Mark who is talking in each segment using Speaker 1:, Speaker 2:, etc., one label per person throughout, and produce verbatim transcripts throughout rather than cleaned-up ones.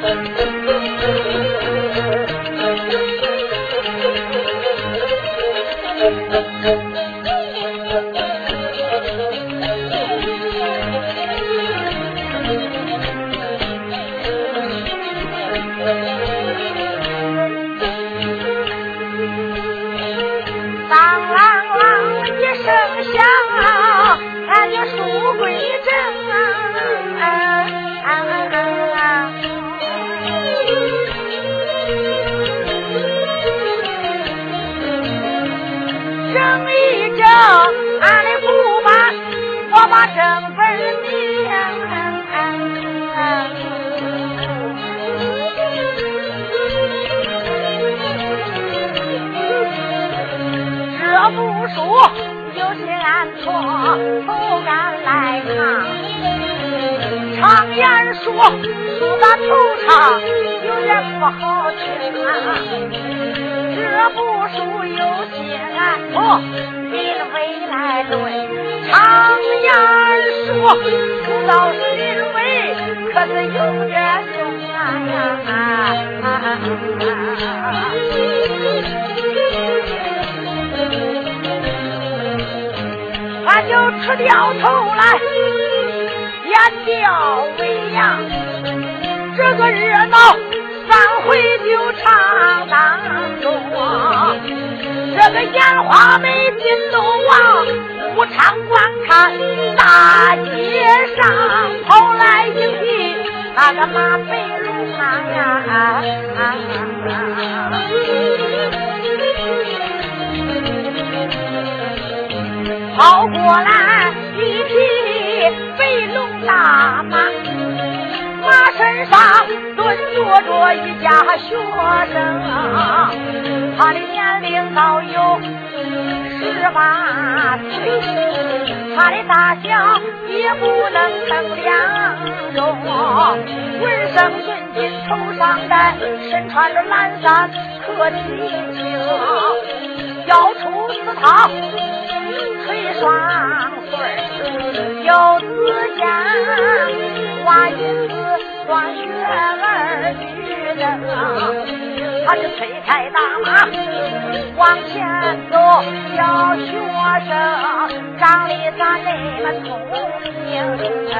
Speaker 1: 跑过来一匹飞龙大马，马身上蹲坐着一家学生，他的年龄早有十八岁，他的大小也不能称量中，浑身寸金头上戴，身穿着蓝衫可提青，腰出丝绦吹双穗，有子家花银子双雪儿女人，他就推开大马往前走，小学生长得咱那么聪明，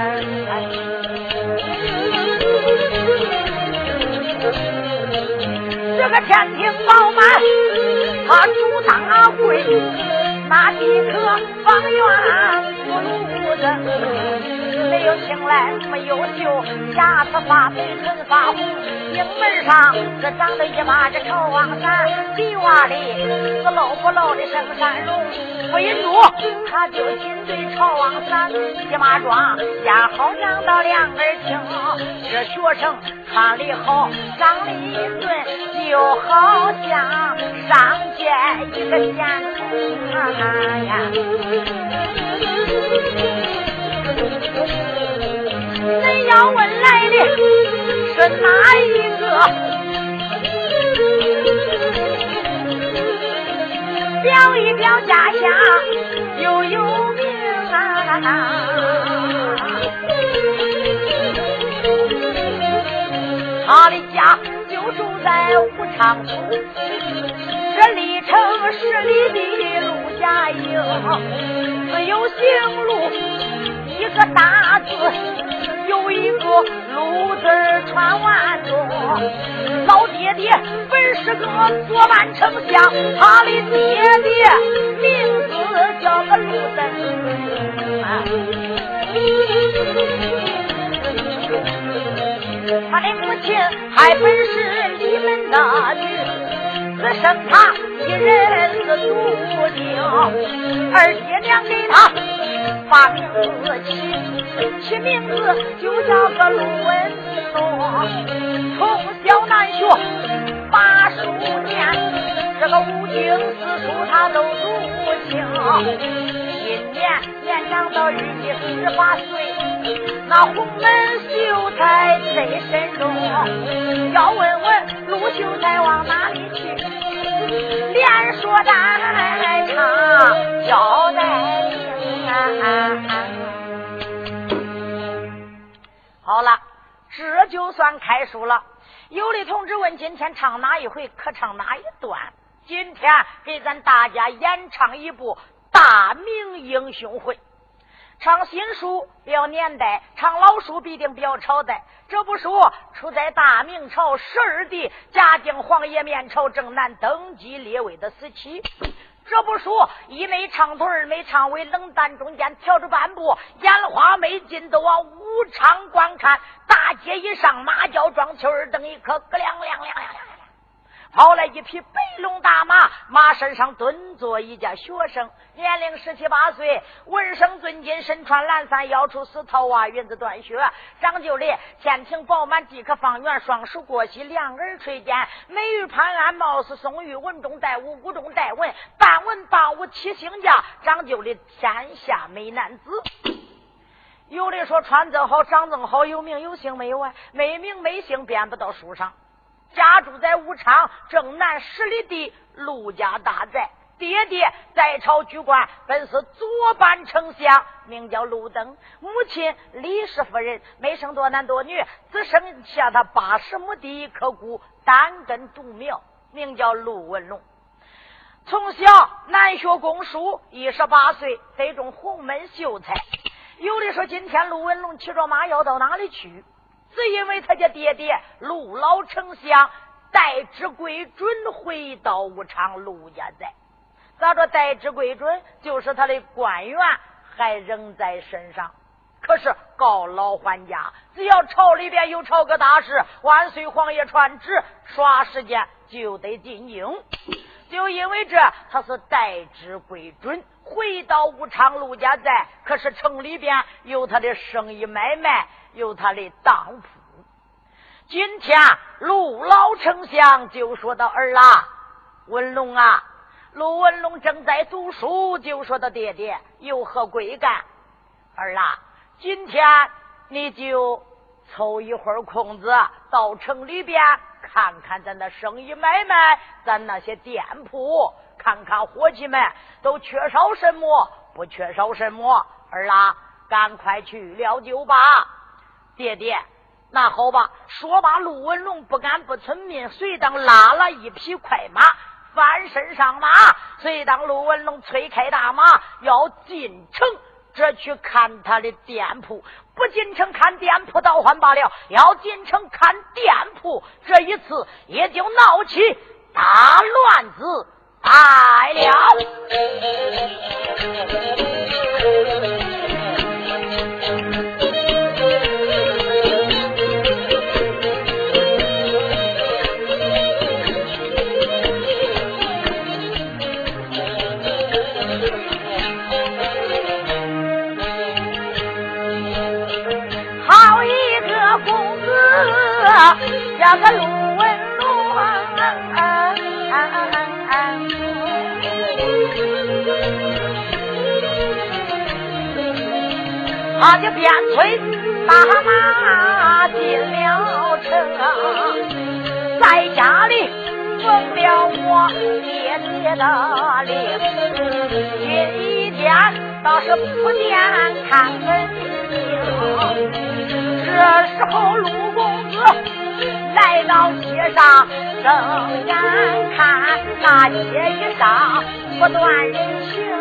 Speaker 1: 这个天庭饱满，他主大贵，那几棵方圆不如人，没有青来那么优秀，下次发白唇发红，影门上这长得一把这朝王伞，地洼里是露不露的圣山绒，不一住他就紧对朝王伞，骑马装眼好长到两根青，这学生穿里好，长得一顿就好像上街一个仙童呀，人要问来的是哪一个，表一表家乡又有名啊，他的家就住在武昌府，这里城十里的陆家营，只有行路一个大字，有一个路字传万中，老爹爹本是个左班丞相，他的爹爹名字叫个陆登，他的母亲还本是里门的女，只剩他一人是独顶，二爹娘给他把名字起，起名字就叫个陆文松，从小难学八书念，这个五经四书他都读清，今年年长到日记十八岁，那红门秀才在身中，要问问陆秀才往哪里去，连说带唱交代明啊。好了，这就算开书了。 有的同志问今天唱哪一回，可唱哪一段？今天给咱大家演唱一部大明英雄会。唱新书标年代，唱老书必定标朝代。这部书出在大明朝十二帝嘉靖皇爷面朝正南登基列位的时期。这部书一枚唱头，二枚唱尾，冷淡中间调着半部，眼花眉尽都往武昌观看。大街一上，马叫庄，秋儿灯一颗，咯亮亮亮亮亮。跑来一匹白龙大马，马身上蹲坐一家学生，年龄十七八岁，文生尊金，身穿蓝衫，腰出丝桃袜，云子断靴，长就里天庭饱满，地可方圆，双手过膝，两耳垂肩，眉宇潘安，貌似松玉，文中带武，武中带文，半文半武七星架，长就里天下美男子。有的说穿得好，长得好，有名有姓没有啊？没名没姓编不到书上。家住在武昌正南十里地陆家大寨，爹爹在朝居官，本是左班丞相，名叫陆登。母亲李氏夫人没生多男多女，只生下他八十亩地一棵谷，单根独苗，名叫陆文龙。从小南学攻书，一十八岁得中洪门秀才。有的说今天陆文龙骑着马要到哪里去，只因为他家爹爹陆老丞相带之归准回到武昌陆家寨。咋着带之归准？就是他的官员还仍在身上。可是告老还家，只要朝里边有朝个大事，万岁皇爷传旨，刷时间就得进京。就因为这，他是带之归准回到武昌陆家寨。可是城里边有他的生意买卖，有他的当铺。今天陆老丞相就说到儿啊，文龙啊，陆文龙正在读书，就说到爹爹有何贵干？儿啊，今天你就抽一会儿空子到城里边看看咱的生意买卖，咱那些店铺，看看伙计们都缺少什么，不缺少什么。儿啊，赶快去了就吧。爹爹，那好吧。说罢，陆文龙不敢不存命，随当拉了一匹快马，翻身上马。随当陆文龙催开大马要进城，这去看他的店铺。不进城看店铺倒还罢了，要进城看店铺，这一次也就闹起大乱子来了。这个陆文龙他就边催大马进了城，在家里奉了我爹爹的令，今一天倒是不见看门庭。这时候陆公子来到街上，正眼看大街一上不断人行。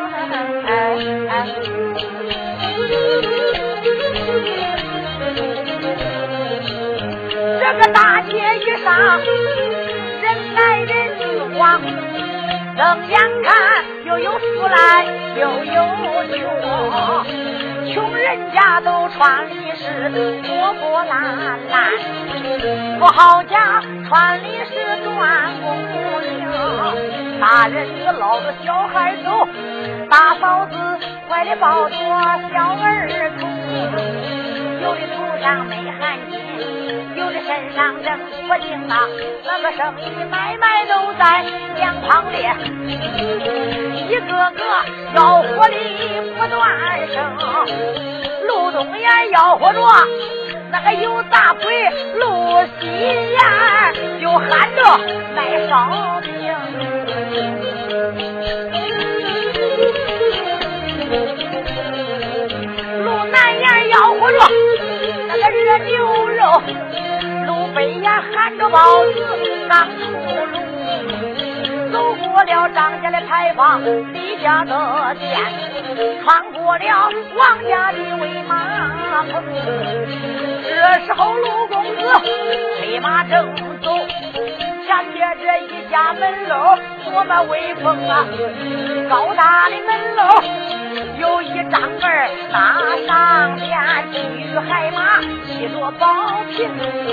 Speaker 1: 这个大街一上人来人往，正眼看又有富来又有穷，穷人家都穿的是破破烂烂，不好家穿的是断工领，大人子捞着小孩走，大嫂子怀里抱着小儿童，有的头上没汗巾，有的身上正不净当，那个生意买卖都在两旁列，一个个吆喝里不断声，陆东岩吆喝着那个有大鬼，陆西岩就喊着卖烧饼，陆南岩吆喝着那个热牛肉，陆北岩喊着包子刚出炉，走过了张家的牌坊，李家的店，穿过了王家的威马棚。这时候陆公子飞马正走，前边这一家门楼多么威风啊！高大的门楼有一张门，大上边骑海马，骑着宝瓶。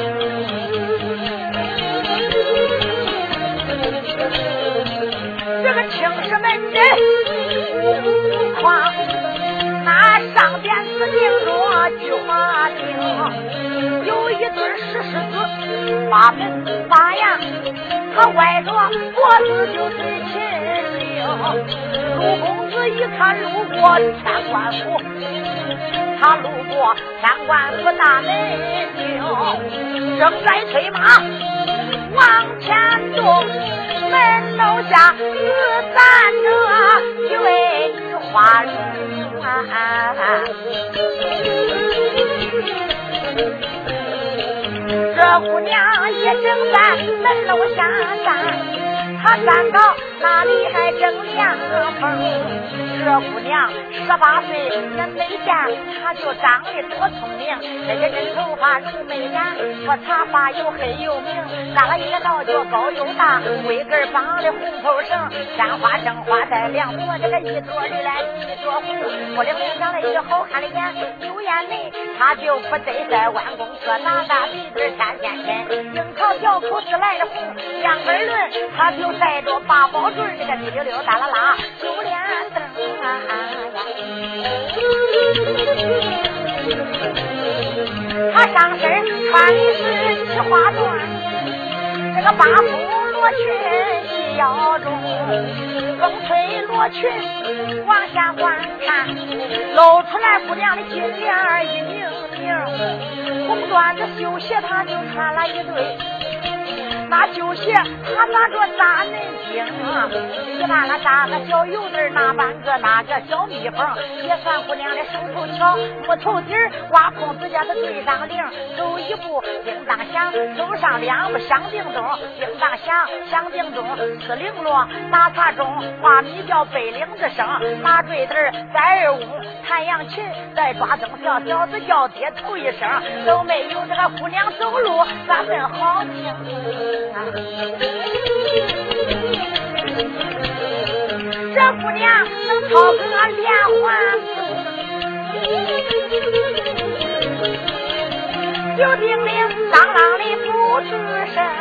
Speaker 1: 这个青石门人框，那上边是钉着菊花钉，有一对石狮子八门八样，他歪着脖子就对秦岭。陆公子一看路过天官府，他路过天官府大门厅，正在催马往前动，门楼下只站着一位女花容啊。这姑娘也正在门楼下站，她站到那里还正凉风。这姑娘十八岁，人没见她就长得多聪明。这个人头发如美髯，说茶发又黑又明，扎了一个倒脚高又大，尾根绑的红头绳，山花正花在两朵，这个一朵绿来一朵红，我领领长了一个好看的眼，有眼眉，她就不得在弯弓车拿大鼻子三千深，樱桃小口子来的红，两根轮她就带着八宝坠，这个滴溜溜哒啦啦九连灯啊她上身穿的是菊花缎，这个八幅罗裙系腰中，风吹罗裙往下观看，露出来姑娘的金链一拧拧，红缎子绣鞋她就穿了一对，那绣鞋他拿着扎嫩经，一般了扎个小油子，那半个那个小蜜蜂，也算姑娘的手头巧，木头底儿挖空指甲的对上铃，走一步叮当响，走上两步响叮咚，叮当响响叮咚，四零落打茶中，花米叫背领子声，打坠子在二五弹扬琴，再抓灯小小子叫爹头一声，都没有这个姑娘走路咱们好听。这姑娘能操个连环就叮铃当啷的不吱声，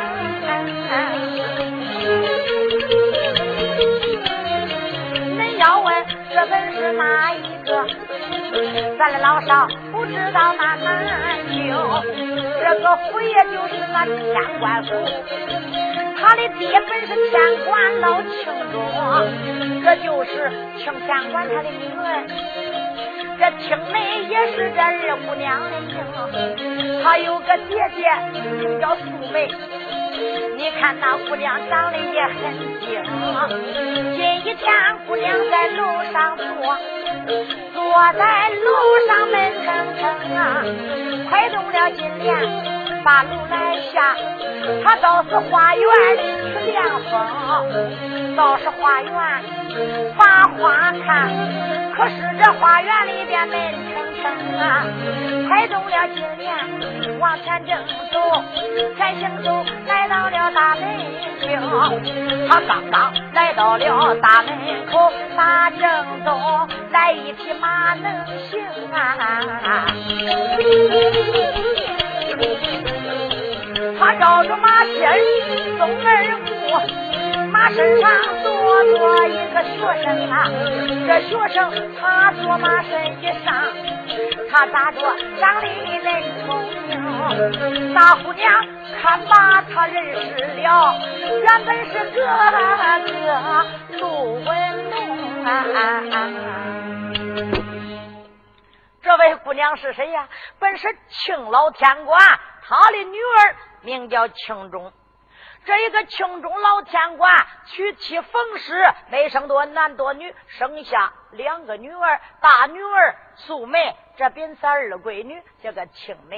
Speaker 1: 恁要问这本是哪一个，咱的老少不知道那难究，这个府也就是那天官府，他的爹本是天官老庆中，这就是庆天官他的女儿，这庆梅也是这二姑娘的名，她有个姐姐叫素梅，你看那姑娘长得也很精。今一天姑娘在楼上坐，坐在楼上闷腾腾啊，快动了金莲把路来下，她倒是花园里去凉风，倒是花园把花看，可是这花园里边闷腾腾啊，快动了金莲往前正走，前行走来到了大门厅，他刚刚来到了大门口，打正走来一匹马能行啊，他照着马蹄儿松耳目，马身上坐着一个学生啊，这学生他坐马身一上，他咋着长得人聪明，大姑娘看把他认识了，原本是个个陆文龙啊。这位姑娘是谁呀？本是庆老天官，他的女儿名叫庆中。这一个庆中老天官娶妻冯氏，没生多男多女，生下两个女儿，大女儿素梅，这便是二闺女，这个庆梅。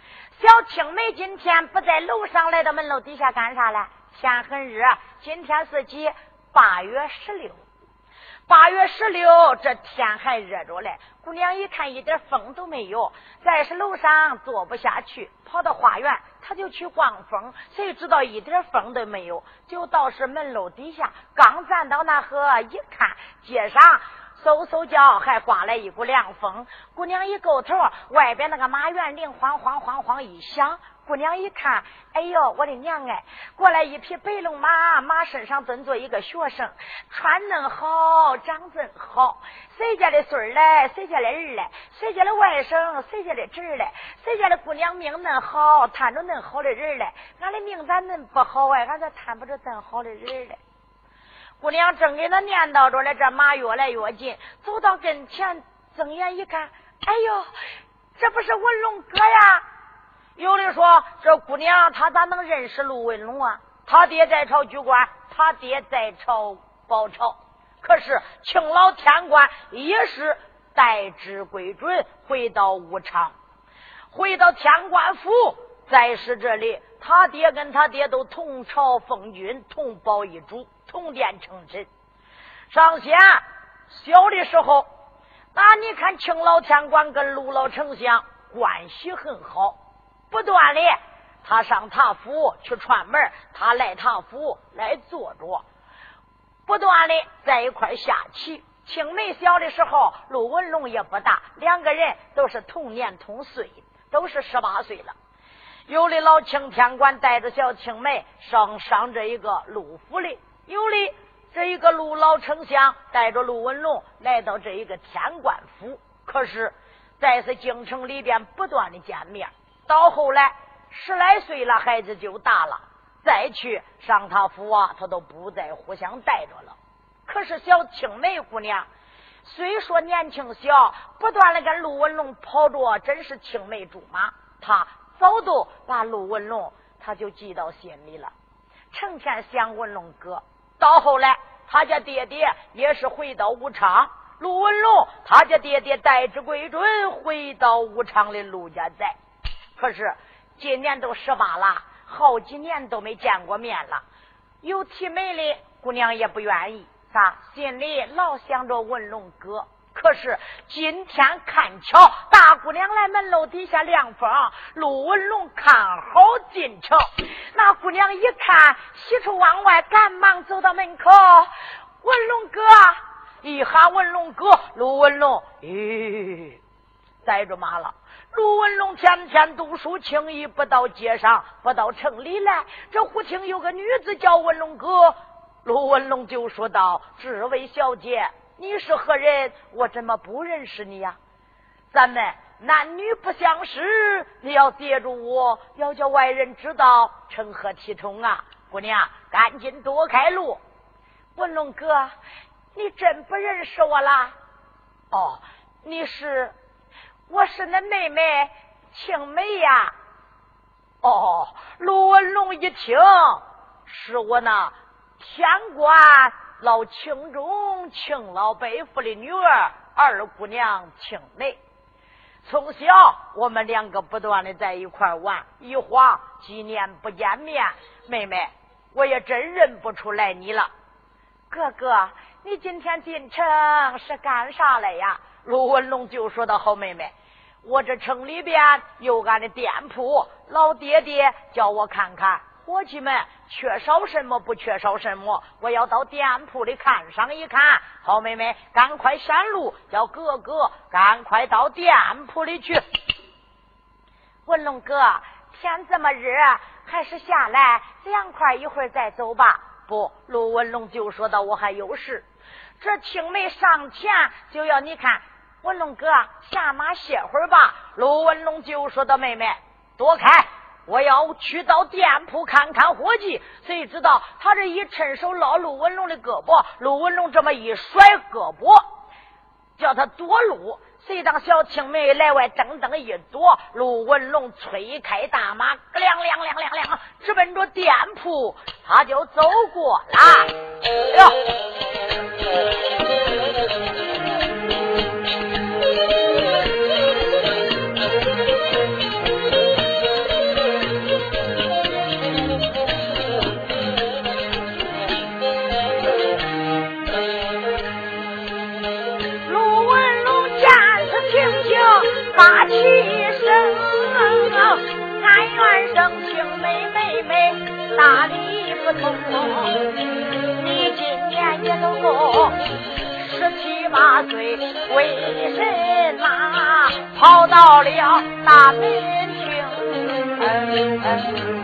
Speaker 1: 小青梅今天不在楼上，来到门楼底下干啥了？天很热，今天是几？八月十六。八月十六，这天还热着嘞。姑娘一看一点风都没有，再是楼上坐不下去，跑到花园，她就去逛风。谁知道一点风都没有，就到是门楼底下，刚站到那河一看，街上嗖嗖叫，还刮来一股凉风。姑娘一够头，外边那个马园铃晃晃晃晃一响。姑娘一看，哎呦，我的娘哎！过来一匹白龙马，马身上蹲着一个学生，穿嫩好，长真好。谁家的孙儿嘞？谁家的儿嘞？谁家的外甥？谁家的侄儿嘞？谁家的姑娘命嫩好，摊着嫩好的人嘞？俺的命咋嫩不好哎？俺咋摊不着真好的人嘞？姑娘正给他念叨着嘞，这马越来越近，走到跟前，睁眼一看，哎呦，这不是文龙哥呀！有的说这姑娘她咋能认识陆文龙啊？他爹在朝居官，他爹在朝包朝，可是青老天官也是待之归准，回到武昌，回到天官府，在是这里，他爹跟他爹都同朝奉君，同保一主，同殿称臣。上仙小的时候，那你看青老天官跟陆老丞相关系很好，不断的他上他府去串门，他来他府来坐着，不断的在一块下棋。青梅小的时候，陆文龙也不大，两个人都是同年同岁，都是十八岁了。有的老青天官带着小青梅上上这一个陆府里，有的这一个陆老丞相带着陆文龙来到这一个天官府。可是在是京城里边不断的见面，到后来十来岁了，孩子就大了，再去上他府啊，他都不再互相带着了。可是小青梅姑娘虽说年轻小，不断的跟陆文龙跑着，真是青梅竹马，他早都把陆文龙他就记到心里了，成天想文龙哥。到后来他家爹爹也是回到武昌，陆文龙他家爹爹待之归准，回到武昌的陆家寨。可是今年都十八了，好几年都没见过面了，有提媒的姑娘也不愿意，啥心里老想着文龙哥。可是今天看巧，大姑娘来门楼底下凉风，陆文龙看好进城。那姑娘一看，喜出望外，赶忙走到门口，文龙哥，一喊文龙哥，陆文龙咦带着马了。陆文龙天天读书，轻易不到街上，不到城里来。这忽听有个女子叫文龙哥，陆文龙就说道：这位小姐，你是何人？我怎么不认识你呀？咱们男女不相识，你要接住我，要叫外人知道，成何体统啊？姑娘，赶紧躲开路。文龙哥，你真不认识我啦？哦，你是，我是那妹妹青梅呀。哦，陆文龙一听，是我那天官老青中青老伯父的女儿二姑娘青梅。从小我们两个不断的在一块玩，一晃几年不见面，妹妹我也真认不出来你了。哥哥，你今天进城是干啥来呀？陆文龙就说到：好妹妹，我这城里边有俺的店铺，老爹爹叫我看看伙计们缺少什么不缺少什么，我要到店铺里看上一看。好妹妹，赶快上路，叫哥哥赶快到店铺里去。文龙哥，天这么热，还是下来凉快一会儿再走吧。不，陆文龙就说到：我还有事。这青梅上前就要你看，文龙哥下马歇会儿吧。陆文龙就说到：妹妹躲开，我要去到店铺看看伙计。谁知道他这一伸手捞陆文龙的胳膊，陆文龙这么一甩胳膊，叫他躲路。谁当小青梅来外噔噔一躲，陆文龙催开大马，亮亮亮亮亮，直奔着店铺他就走过了。哎呦， 大礼不同。你今年也都够十七八岁，为什么跑到了大门厅？嗯嗯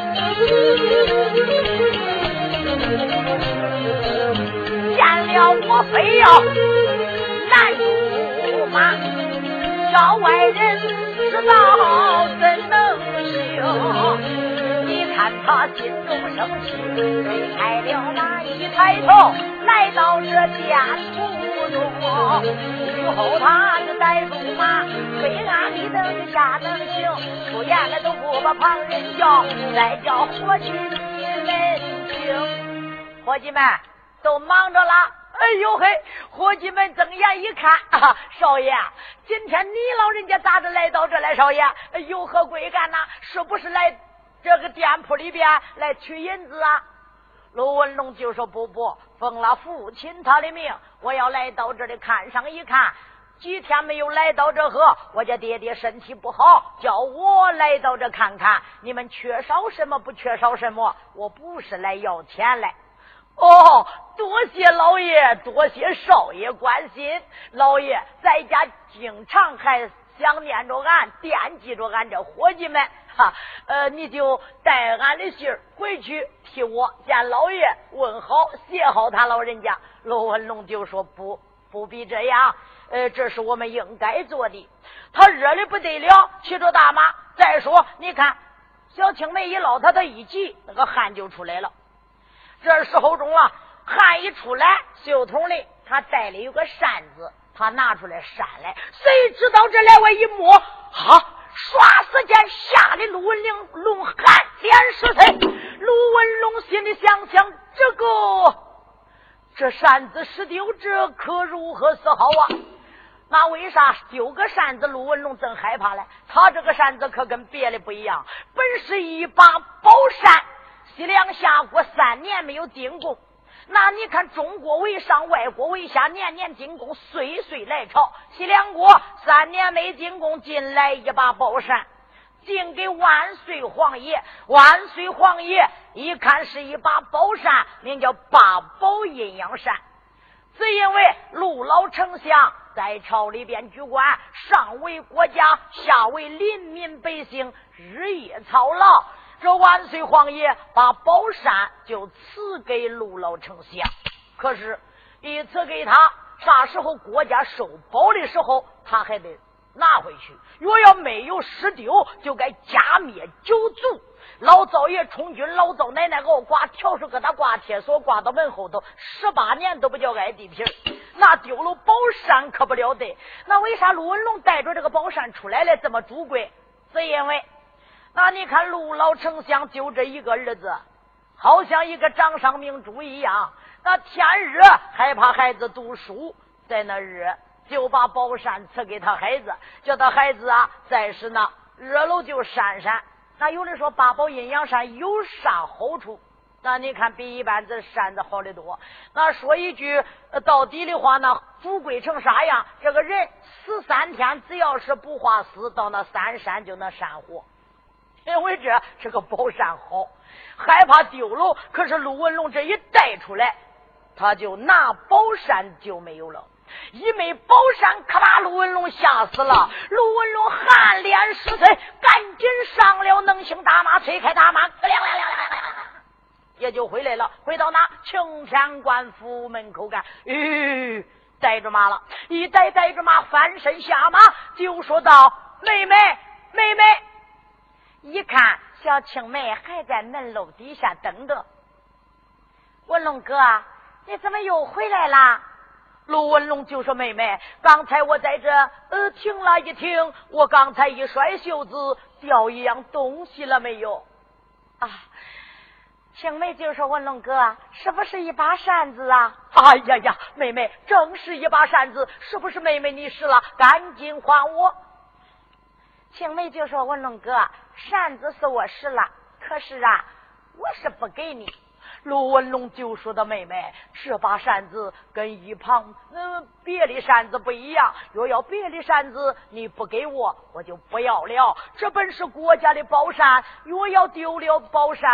Speaker 1: 见了我非要拦住吗？叫外人知道怎能行？你看他心中生气，推开了马，一抬头来到这家途中，最后他就逮住马，飞鞍里等下等行，出言了都不把旁人叫，再叫伙计你们听。伙计们都忙着了。哎呦嘿！伙计们睁眼一看，啊、少爷，今天你老人家咋着来到这来？少爷有何贵干呢？是不是来这个店铺里边来取银子啊？陆文龙就说不不，奉了父亲他的命，我要来到这里看上一看。几天没有来到这河，我家爹爹身体不好，叫我来到这看看，你们缺少什么不缺少什么，我不是来要钱来。哦，多谢老爷，多谢少爷关心。老爷在家经常还想念着俺，惦记着俺这伙计们哈。呃，你就带俺的信儿回去，替我见老爷问好，谢好他老人家。罗文龙就说不，不必这样，呃，这是我们应该做的。他热的不得了，骑着大马。再说，你看小青梅一捞他，他一急，那个汗就出来了。这时候中啊，汗一出来，袖筒里他带里有个扇子，他拿出来扇来，谁知道这来我一摸，哈，唰时间吓得陆文龙汗脸湿碎。陆文龙心里想想，这个这扇子是丢，这可如何是好啊？那为啥丢个扇子陆文龙真害怕嘞？他这个扇子可跟别的不一样，本是一把宝扇，西凉下国三年没有进贡，那你看中国为上，外国为下，年年进贡，岁岁来朝。西凉国三年没进贡，进来一把宝扇，进给万岁皇爷。万岁皇爷一看是一把宝扇，名叫八宝阴阳扇。只因为陆老丞相在朝里边居官，上为国家，下为黎民百姓，日夜操劳。这万岁皇爷把宝扇就赐给陆老丞相，可是一赐给他，啥时候国家收宝的时候他还得拿回去，若要没有失丢，就该加灭九族。老灶爷充军，老灶奶奶熬挂条是给他挂铁锁，挂到门后头，十八年都不叫挨地皮。那丢了宝扇可不了得。那为啥陆文龙带着这个宝扇出来了这么主贵？是因为那你看陆老丞相就这一个儿子，好像一个掌上明珠一样，那天热害怕孩子读书，在那热就把宝扇赐给他孩子，叫他孩子啊再是那热了就扇扇。那有人说八宝阴阳扇有啥好处？那你看比一般这扇子好得多。那说一句到底的话呢，富贵成啥样？这个人死三天，只要是不化死，到那三山就能闪活。因为这这个宝扇好，害怕丢了。可是陆文龙这一带出来，他就拿宝扇就没有了。一枚宝扇可把陆文龙吓死了。陆文龙汗脸湿碎，赶紧上了能行大马，推开大马，也就回来了。回到那青天官府门口干，吁，带着马了，一带带着马翻身下马，就说道：妹妹妹妹。一看小青梅还在门楼底下等着。文龙哥，你怎么又回来啦？陆文龙就说：妹妹，刚才我在这呃停了一停，我刚才一甩袖子掉一样东西了没有啊？青梅就说：文龙哥，是不是一把扇子啊？哎呀呀，妹妹，正是一把扇子，是不是妹妹你失了？赶紧还我。青梅就说：文龙哥，扇子是我失了，可是啊我是不给你。陆文龙就说的：妹妹，这把扇子跟一旁嗯别的扇子不一样，若要别的扇子你不给我，我就不要了。这本是国家的宝扇，若要丢了宝扇，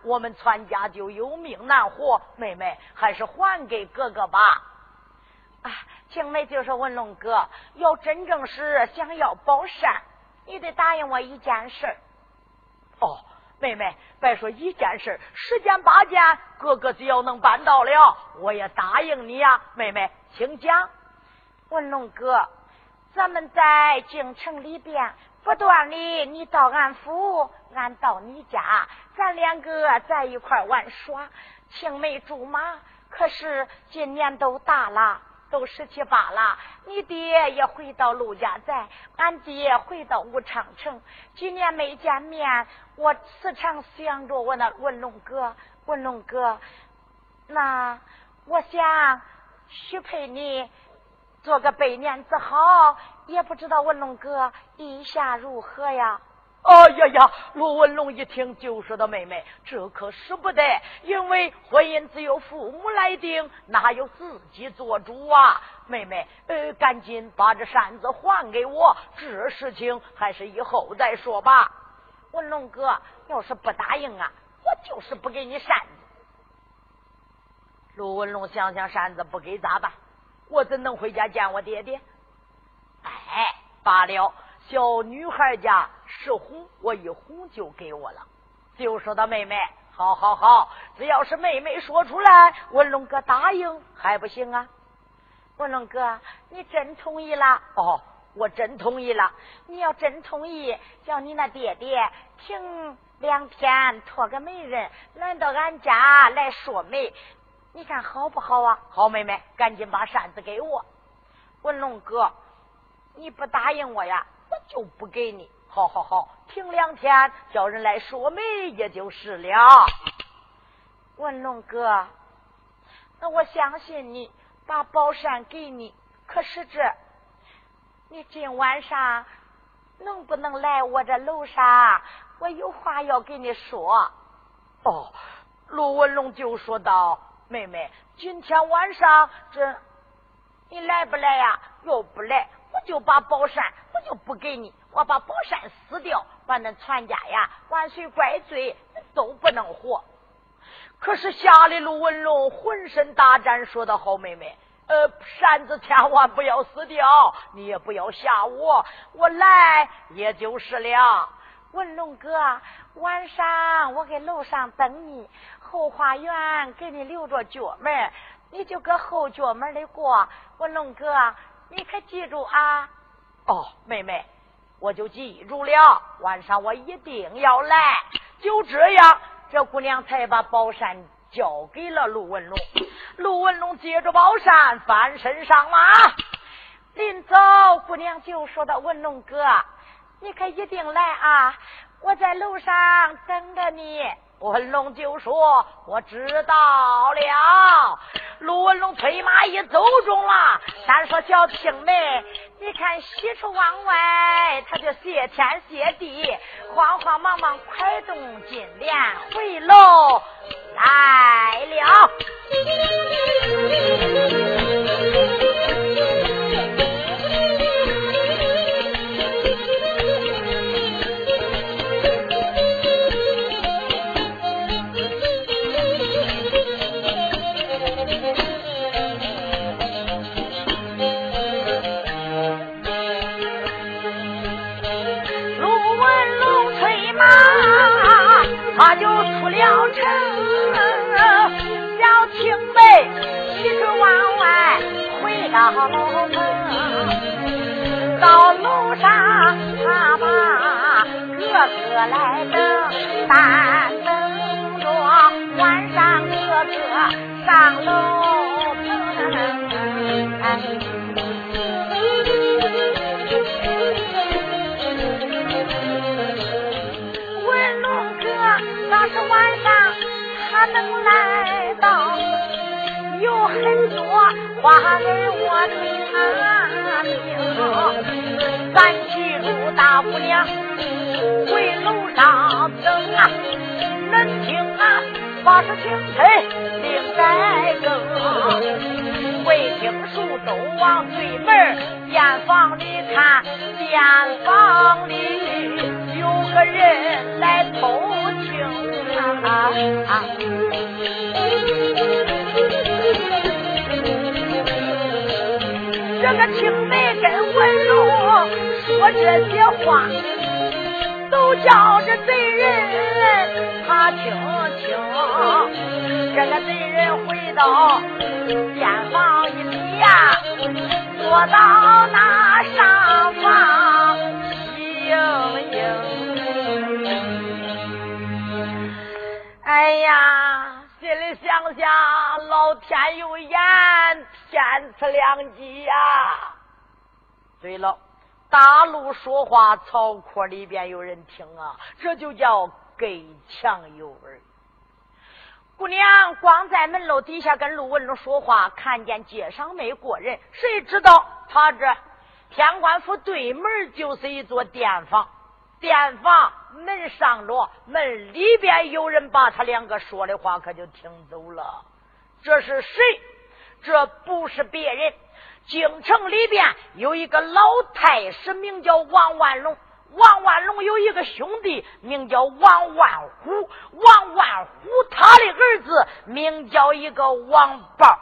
Speaker 1: 我们全家就有命难活。妹妹，还是还给哥哥吧。啊，青梅就说文龙哥，要真正是想要保善，你得答应我一件事。哦，妹妹，别说一件事，十件八件，哥哥只要能办到了，我也答应你呀、啊。妹妹，请讲。文龙哥，咱们在京城里边不断的，你到俺府，俺到你家，咱两个在一块玩耍，青梅竹马。可是今年都大了，都十七八了，你爹也回到陆家寨，俺爹回到武昌城，几年没见面，我时常想着我那文龙哥，文龙哥，那我想许配你做个百年之好，也不知道文龙哥意下如何呀？哦呀呀！陆文龙一听就说道：“妹妹，这可使不得，因为婚姻只有父母来定，哪有自己做主啊？妹妹，呃，赶紧把这扇子还给我，这事情还是以后再说吧。”文龙哥要是不答应啊，我就是不给你扇子。陆文龙想想，扇子不给咋办？我怎能回家见我爹爹？哎，罢了，小女孩家是哄，我一哄就给我了。就说到妹妹，好好好，只要是妹妹说出来，文龙哥答应还不行啊？文龙哥，你真同意了？哦，我真同意了。你要真同意，叫你那爹爹停两天，托个媒人来到俺家来说媒，你看好不好啊？好，妹妹，赶紧把扇子给我。文龙哥，你不答应我呀，我就不给你。好好好，停两天，叫人来说媒也就是了。文龙哥，那我相信你，把宝扇给你。可是这，你今晚上能不能来我这楼上？我有话要跟你说。哦，陆文龙就说道：“妹妹，今天晚上这你来不来呀？要不来，我就把宝扇，我就不给你，我把宝扇撕掉，把那全家呀万岁怪罪都不能活。”可是吓得陆文龙浑身打颤，说道：“好妹妹，呃，扇子千万不要撕掉，你也不要吓我，我来也就是了。”文龙哥，晚上我给楼上等你，后花园给你留着角门，你就搁后角门里过。文龙哥，你可记住啊？哦，妹妹，我就记住了，晚上我一定要来。就这样，这姑娘才把宝扇交给了陆文龙。陆文龙接着宝扇翻身上马，临走，姑娘就说到：“文龙哥，你可一定来啊！我在楼上等着你。”文龙就说：“我知道了。”陆文龙催马一走中了，单说：“小青梅，你看喜出望外，他就谢天谢地，慌慌忙忙快动金莲回楼来了。”他就出了城，小青梅喜出望外回到楼门，到楼上他把哥哥来等，但等着晚上哥哥上楼门。当时晚上他能来到，有很多话给我听。咱记住大姑娘回楼上等啊，能听啊，八十清晨定在更。未听书都往对门间房里看，间房里有个人来偷听啊， 啊。这个青梅跟文龙说这些话，都叫这贼人他听听。这个贼人回到店房一里呀，坐到那上房喜盈盈。哎呀，心里想想，老天有眼，天赐良机呀。对了，大路说话，草坡里边有人听啊，这就叫给强有耳。姑娘光在门楼底下跟陆文龙说话，看见街上没过人，谁知道他这天官府对门就是一座店房，店房门上着，门里边有人把他两个说的话可就听走了。这是谁？这不是别人，京城里边有一个老太师名叫王万龙，王万龙有一个兄弟名叫王万虎，王万虎他的儿子名叫一个王豹。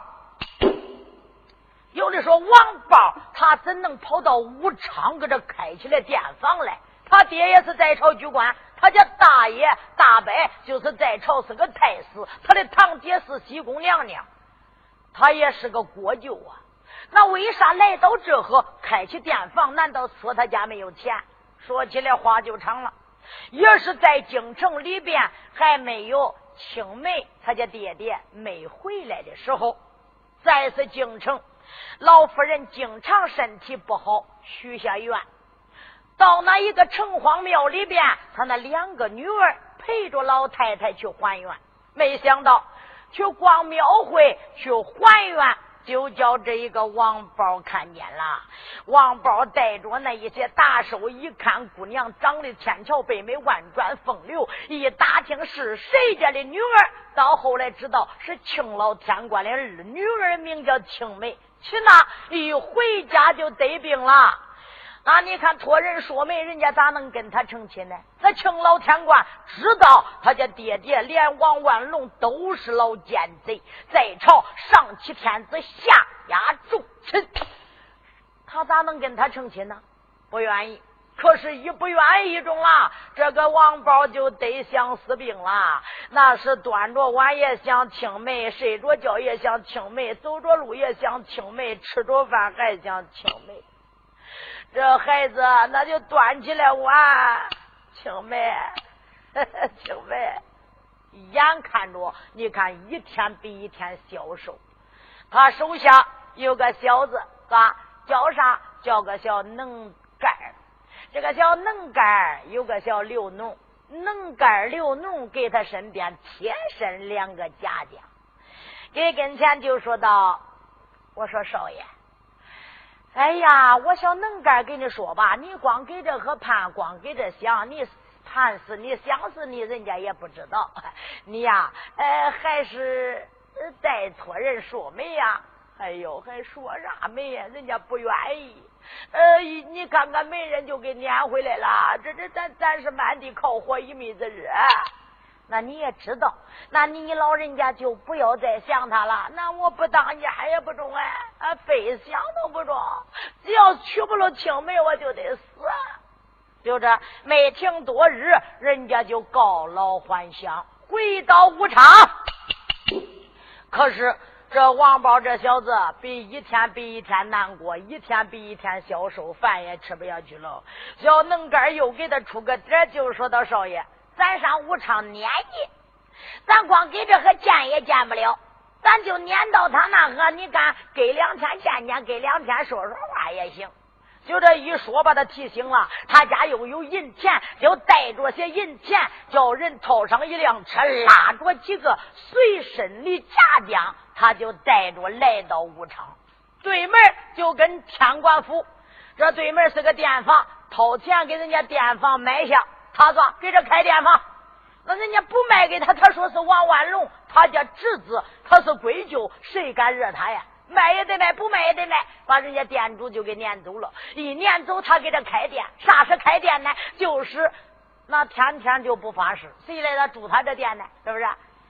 Speaker 1: 有的说王豹他怎能跑到武昌搁这开起来店房来？他爹也是在朝居官，他家大爷大伯就是在朝是个太师，他的堂姐是西宫娘娘，他也是个国舅啊。那为啥来到这河开起店房？难道说他家没有钱？说起来话就长了，也是在京城里边还没有青梅他家爹爹没回来的时候，再是京城老夫人经常身体不好，许下愿到那一个城隍庙里边，他那两个女儿陪着老太太去还愿，没想到去逛庙会去还愿，就叫这一个王宝看见了。王宝带着那一些大手，一看姑娘长得千条百美，万转风流，一打听是谁家的女儿，到后来知道是庆老天官的儿女儿，名叫青梅。去那一回家就得病了。那你看托人说媒，人家咋能跟他成亲呢？那庆老天官知道他家爹爹连王万龙都是老奸贼，在朝上欺天子，下压重臣，他咋能跟他成亲呢？不愿意。可是一不愿意中了，这个王宝就得想死病了。那是端着碗也想青梅，睡着觉也想青梅，走着路也想青梅，吃着饭还想青梅。这孩子那就端起来碗，青梅青梅，眼看着你看一天比一天消瘦。他手下有个小子啊，叫啥？叫个小能干。这个小能干有个小刘农，能干刘农给他身边贴身两个家将，给跟前就说道：我说少爷，哎呀，我小能干给你说吧，你光给这个盼，光给这想，你盼死你想死你，人家也不知道。你呀，呃，还是带错人说媒呀。哎呦，还说啥媒呀？人家不愿意。呃，你看看媒人就给撵回来了。这这咱咱是满地烤火一米子热。那你也知道，那你老人家就不要再想他了。那我不当家也不中哎，啊，非想都不中。只要娶不了青梅，我就得死。就这没停多日，人家就告老还乡，回到武昌。可是这王宝这小子比一天比一天难过，一天比一天消瘦，饭也吃不下去了。小能干又给他出个点，就说到少爷，咱上武昌撵去，咱光给这个见也见不了，咱就撵到他那个，你看给两天见见，给两天说说话也行。就这一说把他提醒了，他家又有银钱，就带着些银钱，叫人套上一辆车，拉着几个随身的家将，他就带着来到武昌。对门就跟天官府，这对门是个店房，掏钱给人家店房买下，他说给这开店房，那人家不卖给他，他说是王万龙他家侄子，他是闺舅，谁敢惹他呀？卖也得卖，不卖也得卖，把人家店主就给撵走了。一撵走，他给他开店。啥是开店呢？就是那天天就不发誓，谁来他住他这店呢？是不是？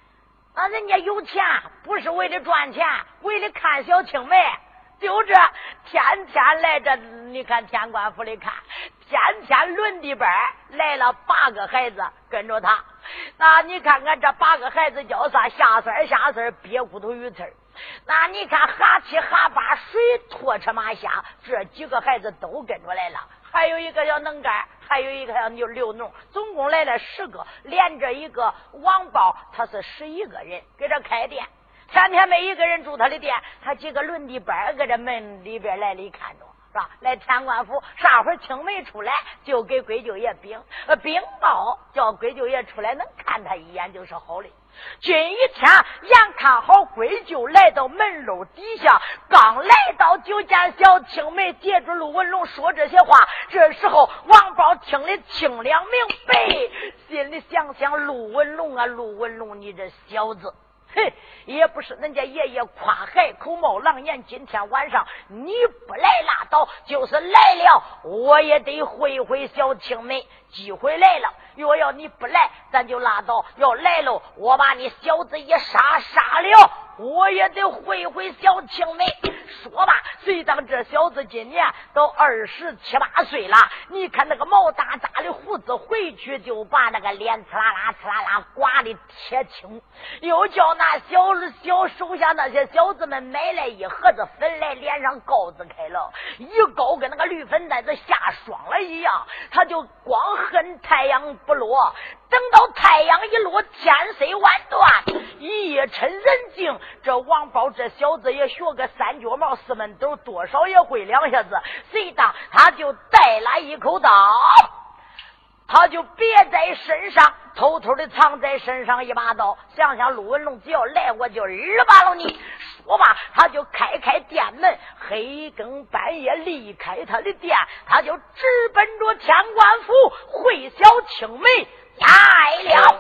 Speaker 1: 那人家有钱不是为了赚钱，为了看小青梅，就这天天来这，你看天官府里看，天天轮地班来了八个孩子跟着他。那你看看这八个孩子叫啥？下身下身憋骨头鱼刺。那你看哈七哈八水拖车马下，这几个孩子都跟着来了。还有一个叫能干，还有一个叫刘农，总共来了十个，连着一个王宝，他是十一个人给这开店。天天每一个人住他的店，他几个轮地班搁这门里边来里看着，是吧？来天官府，啥会儿青梅出来，就给归舅爷禀，呃，禀报叫归舅爷出来能看他一眼就是好的。今一天眼看好归舅来到门楼底下，刚来到就见小青梅接住陆文龙说这些话。这时候王宝听得清亮明白，心里想想陆文龙啊，陆文龙你这小子，嘿，也不是人家爷爷夸海口冒狼言，今天晚上你不来拉倒，就是来了我也得会会小青梅。机会来了，若要你不来咱就拉倒，要来了我把你小子也杀杀了，我也得会会小青梅。说吧，虽当这小子今年都二十七八岁了，你看那个毛大大的胡子，回去就把那个脸呲啦啦呲啦啦刮的铁青，又叫那小小手下那些小子们买来一盒子粉来脸上膏子开了，一膏跟那个绿粉袋子下霜了一样，他就光恨太阳不落。等到太阳一落，天色晚断，夜深人静，这王宝这小子也学个三脚帽四门斗，多少也会两下子。谁当他就带了一口刀，他就别在身上，偷偷的藏在身上一把刀。想想陆文龙只要来我就日巴了你。说吧，他就开开店门，黑更半夜离开他的店，他就直奔着天官府会小青梅来了。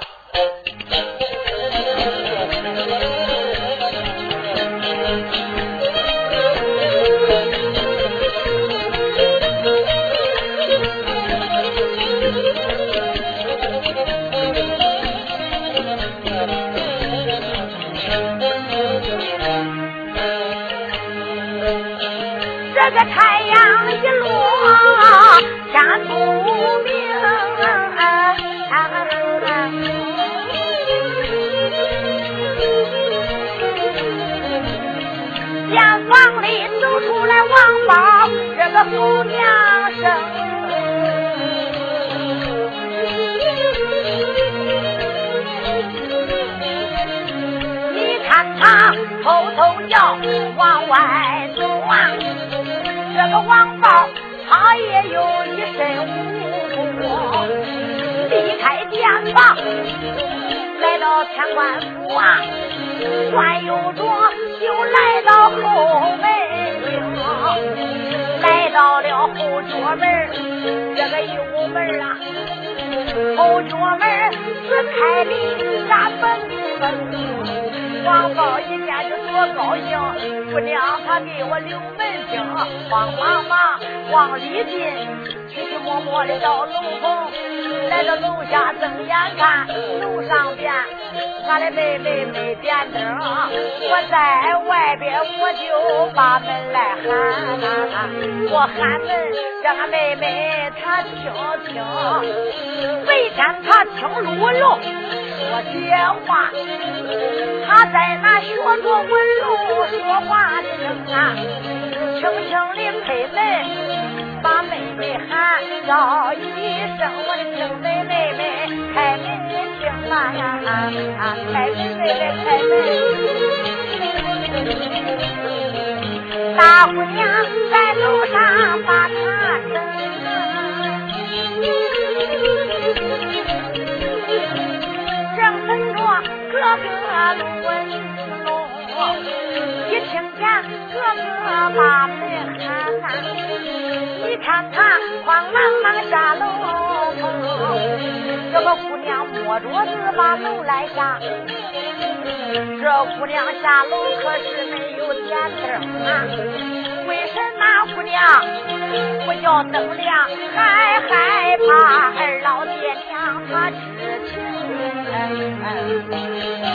Speaker 1: 这个太阳一落天不明，店房里走出来王宝这个姑娘声，你看他偷偷叫往外走啊，这个王宝他也有一身无辜，离开店房来到天官府啊，转悠着就来到后门厅，来到了后桌门，这个右门啊，后桌门是开的大门门。王宝一见就多高兴，姑娘她给我留门厅，慌忙忙往里进，去去摸摸的到楼棚，来到楼下睁眼看，楼上边俺的妹妹没点灯，我在外边我就把门来喊，我喊门让俺妹妹她听听，为天她听陆文龙说些话，他在那学着文龙说话听啊，轻轻的推门把妹妹喊叫一声，我的青梅妹妹开门听啊呀，开门妹妹开门，大姑娘在楼上把她等，正等着哥哥陆文龙，一听见哥哥把门喊，你看他慌忙忙下楼棚，这个姑娘摸着子把楼来下，这姑娘下楼可是没有点灯啊，为什么姑娘不叫灯亮，还害怕二老爹娘他知情。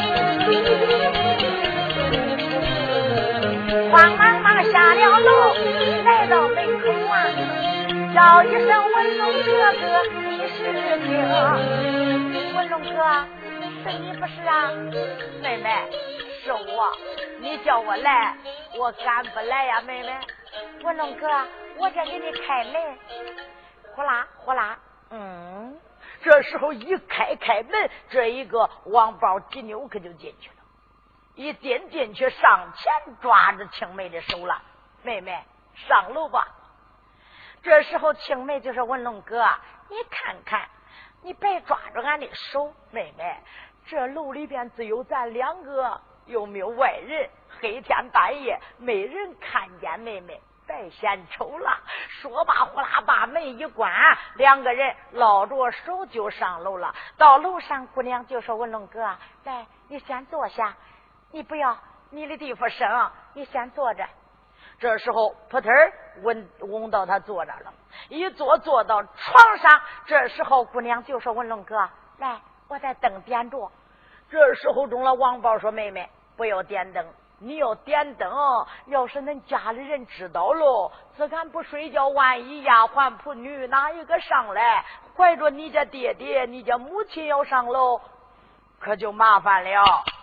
Speaker 1: 慌忙忙下了楼，来到门口啊，叫一声文龙哥哥，你是听？文龙哥，是你不是啊？妹妹，是我，你叫我来，我敢不来呀，妹妹。文龙哥，我这给你开门，呼啦呼啦，嗯，这时候一开开门，这一个王宝吉扭可就进去了。一进进去，上前抓着青梅的手了，妹妹上楼吧。这时候青梅就说：“文龙哥，你看看，你别抓着俺的手，妹妹，这楼里边只有咱两个，又没有外人，黑天半夜没人看见妹妹，别嫌丑了。”说罢，呼啦把门一关，两个人捞着手就上楼了。到楼上，姑娘就说：“文龙哥，来，你先坐下。你不要你的地方省，你先坐着。”这时候扑腾问问到他坐着了，一坐坐到床上。这时候姑娘就说：“文龙哥，来，我在灯点着。”这时候中了，王宝说：“妹妹，不要点灯，你要点灯，要是恁家里人知道喽，自敢不睡觉，万一丫鬟仆女哪一个上来，怀着你家爹爹你家母亲要上楼，可就麻烦了。”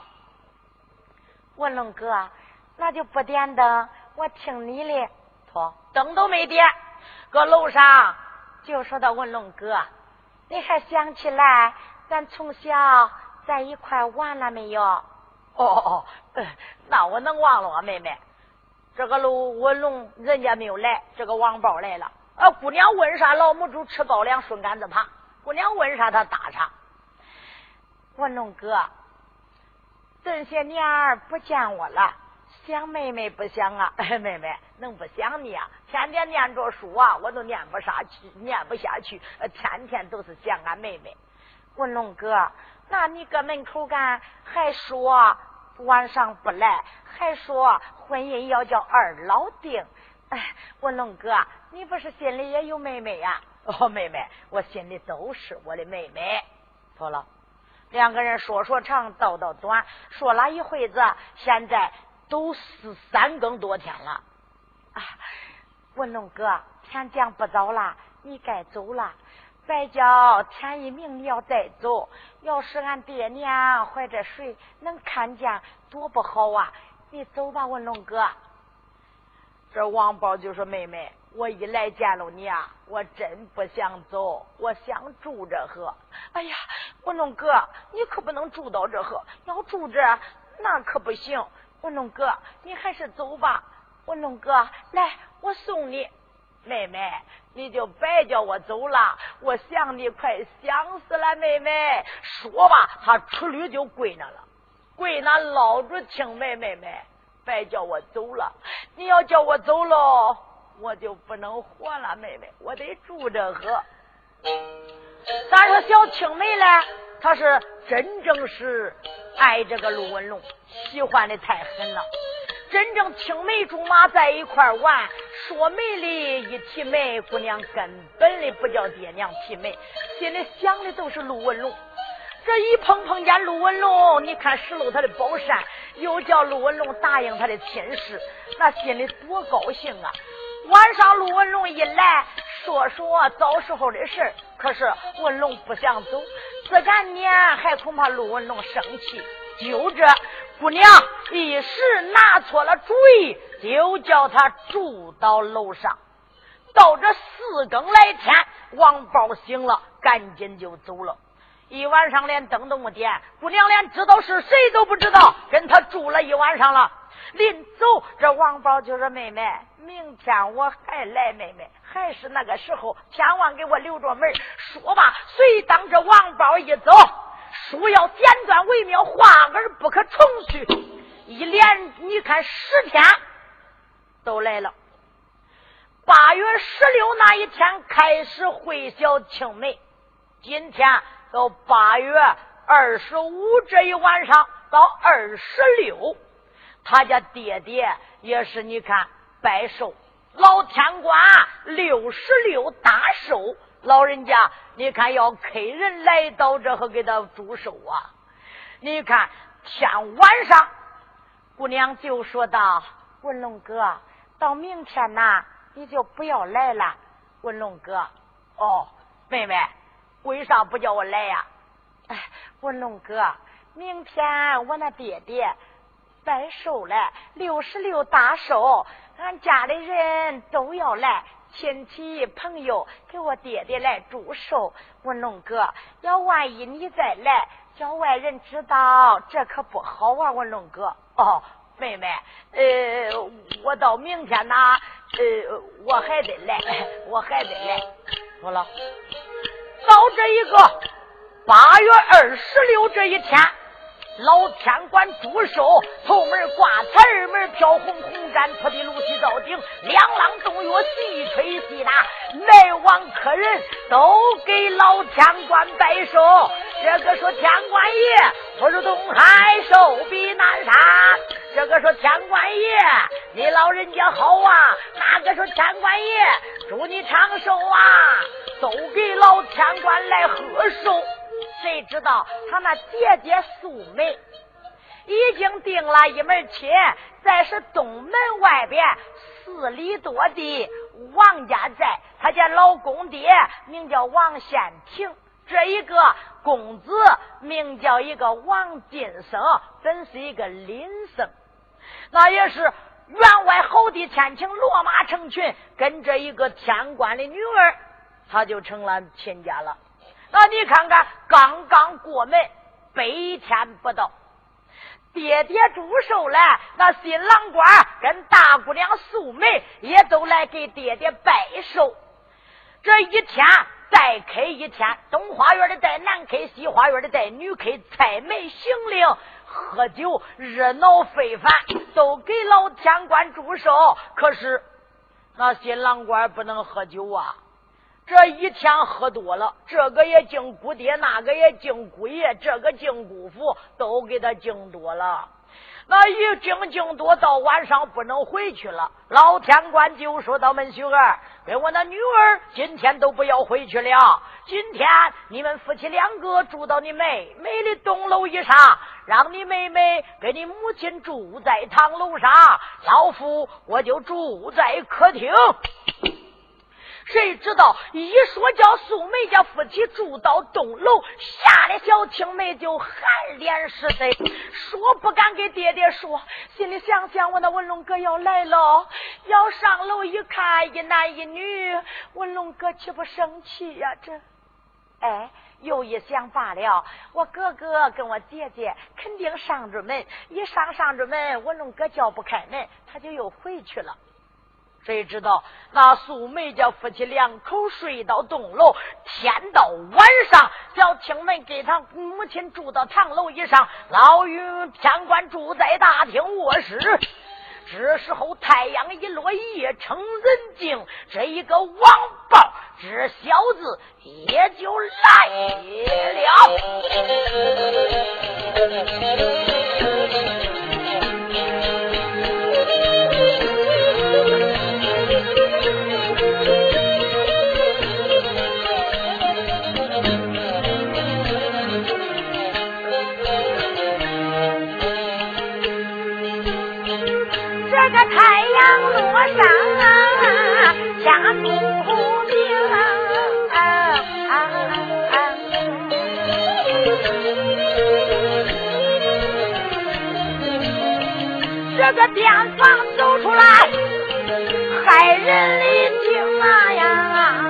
Speaker 1: 文龙哥，那就不点灯，我听你的。错，灯都没点，搁楼上就说到：“文龙哥，你还想起来咱从小在一块玩了没有？”哦哦哦，那我能忘了啊，妹妹。这个楼文龙人家没有来，这个王宝来了。啊，姑娘问啥？老母猪吃高粱顺杆子爬。姑娘问啥？他答啥。文龙哥，这些年儿不见我了，想妹妹不想啊？妹妹能不想你啊？天天念着书啊，我都念不下去，念不下去，天天都是想俺妹妹。文龙哥，那你搁门口干还说晚上不来，还说婚姻要叫二老定。哎，文龙哥，你不是心里也有妹妹呀？哦，妹妹，我心里都是我的妹妹。错了。两个人说说长道道短，说了一会子，现在都是三更多天了啊！文龙哥，天将不早了，你该走了。白叫天一明你要再走，要是俺爹娘怀着水能看见，多不好啊！你走吧，文龙哥。这王宝就说：“妹妹，我一来见了你啊，我真不想走，我想住着喝。”哎呀，文龙哥，你可不能住到这喝，要住这那可不行。文龙哥，你还是走吧。文龙哥，来，我送你。妹妹，你就别叫我走了，我想你快想死了，妹妹。说吧，他出驴就跪那了，跪那捞住青梅，妹妹，别叫我走了，你要叫我走喽，我就不能活了，妹妹，我得住着喝。咱说小青梅呢，她是真正是爱这个陆文龙，喜欢的太狠了。真正青梅竹马在一块玩，说媒里一提媒，姑娘根本的不叫爹娘提媒，心里想的都是陆文龙。这一碰碰见陆文龙，你看石漏他的宝扇，又叫陆文龙答应他的亲事，那心里多高兴啊！晚上陆文龙一来，说说早时候的事，可是文龙不想走，自干念还恐怕陆文龙生气，就这姑娘一时拿错了主意，就叫他住到楼上。到这四更来天，王宝醒了，赶紧就走了。一晚上连灯都没点，姑娘连知道是谁都不知道，跟他住了一晚上了。临走，这王宝就说：“妹妹，明天我还来，妹妹，还是那个时候，千万给我留着门。”说吧，随当这王宝一走，书要剪断为妙，话而不可重续。一连你看十天都来了。八月十六那一天开始会小青梅，今天到八月二十五这一晚上到二十六，他家爹爹也是你看拜寿，老天官六十六大寿，老人家你看要客人来到这和给他祝寿啊。你看天晚上，姑娘就说道：“文龙哥，到明天呐，你就不要来了。”文龙哥，哦，妹妹，为啥不叫我来呀？哎，文龙哥，明天我那爹爹拜寿了，六十六大寿，俺家里人都要来，亲戚朋友给我爹爹来祝寿。文龙哥，要万一你再来，叫外人知道，这可不好啊，文龙哥。哦，妹妹，呃，我到明天呢，呃，我还得来，我还得来。好了，到这一个八月二十六这一天，老天官祝寿，头门挂彩，二门飘红，红毡铺地，露西照景，两浪洞月，细吹细打，来往客人都给老天官拜寿。这个说天官爷不如东海，寿比南山。这个说天官爷你老人家好啊，那个说天官爷祝你长寿啊，都给老天官来贺寿。谁知道他那姐姐素梅已经定了一门亲，在是东门外边四里多地王家寨，他家老公爹名叫王宪庭，这一个公子名叫一个王金生，本是一个林生，那也是员外好弟天晴，落马成群，跟着一个天官的女儿，他就成了亲家了。那你看看，刚刚过门百天不到，爹爹祝寿了，那新郎官跟大姑娘素梅也都来给爹爹拜寿。这一天再开一天，东花园的带南开，西花园的带女开，采梅行令，喝酒热闹非凡，都给老天官祝寿。可是那新郎官不能喝酒啊，这一天喝多了，这个也敬姑爹，那个也敬姑爷，这个敬姑父，都给他敬多了。那一敬敬多，到晚上不能回去了。老天官就说到：“门秀儿，跟我那女儿今天都不要回去了，今天你们夫妻两个住到你妹妹的东楼以上，让你妹妹跟你母亲住在堂楼上，老夫我就住在客厅。”谁知道一说叫素梅家夫妻住到东楼，吓得小青梅就汗脸湿得，说不敢给爹爹说，心里想想我那文龙哥要来了，要上楼一看，一男一女，文龙哥岂不生气呀、啊？这哎，又一想罢了，我哥哥跟我姐姐肯定上着门，一上上着门，文龙哥叫不开门，他就又回去了。谁知道那素梅家夫妻两口睡到东楼，天到晚上，小青梅给他母亲住到堂楼以上，老于天官住在大厅卧室。这时候太阳一落，夜成人静，这一个王豹这小子也就来了。这个太阳落上啊，家住明啊啊啊！这个店房走出来，骇人的听啊呀！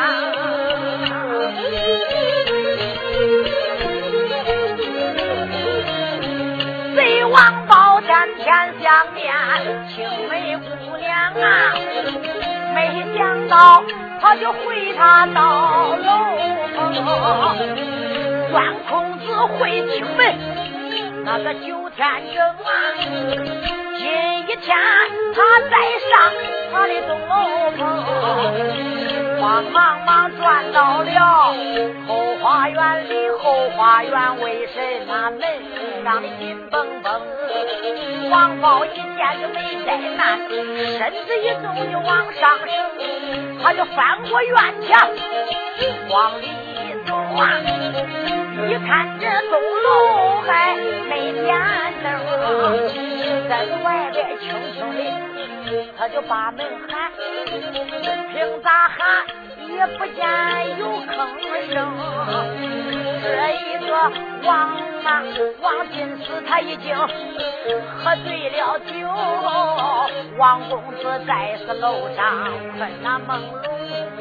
Speaker 1: 贼王宝山天相面，青梅姑娘啊，没想到他就回他到楼峰，关公子回青梅，那个九天正啊，今一天他再上他的东楼峰，慌忙忙转到了后花园里，后花园为神那门上的金蹦蹦，王宝一见就没怠慢，身子一动就往上升，他就翻过院墙往里走啊，一看这东楼还没家在外边轻轻的，他就把门喊，凭咋喊也不见有吭声。这一个王啊王进士他已经喝醉了酒，王公子在是楼上困那朦胧。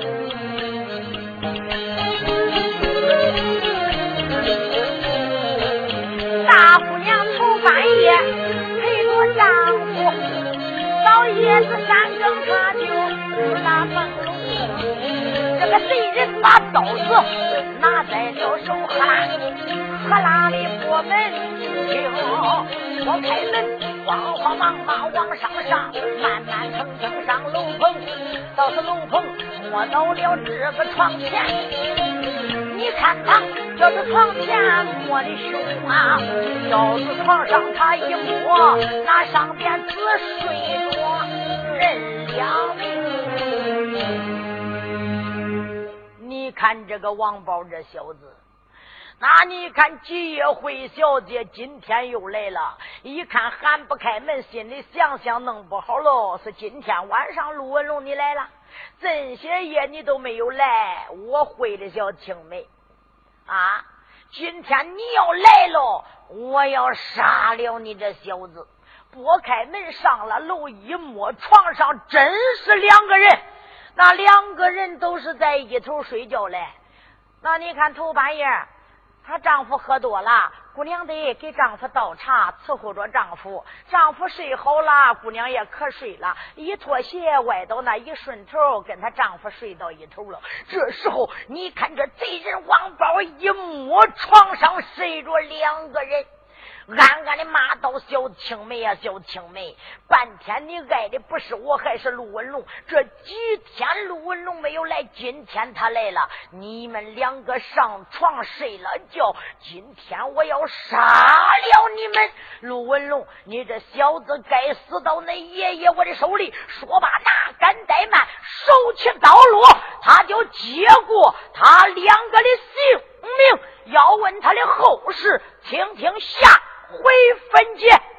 Speaker 1: 大姑娘头半夜陪着丈夫，到夜子三更他就那朦胧。这个贼人把刀子拿在了手，喝啦喝啦的过门厅，我开门慌慌忙忙往上上，慢慢腾腾上楼棚，到是楼棚摸到了这个床前，你看他叫这床前摸的凶啊，要是床上他一摸，那上边只睡着人两命。你看这个王宝这小子，那你看吉叶慧小姐今天又来了，一看喊不开门，心里想想弄不好喽，是今天晚上陆文龙你来了，这些夜你都没有来，我会的小青梅啊，今天你要来了，我要杀了你这小子。拨开门上了楼，一摸床上真是两个人，那两个人都是在一头睡觉嘞。那你看头半夜她丈夫喝多了，姑娘得给丈夫倒茶伺候着丈夫，丈夫睡好了，姑娘也可睡了，一脱鞋歪到那一顺头，跟她丈夫睡到一头了。这时候你看这贼人王宝一摸床上睡着两个人，暗暗的骂道：小青梅啊小青梅，半天你爱的不是我还是陆文龙，这几天陆文龙没有来，今天他来了，你们两个上床睡了觉，今天我要杀了你们。陆文龙你这小子该死到那爷爷我的手里。说罢哪敢怠慢，手起刀落，他就接过他两个的性命，要问他的后事，听听下回分解。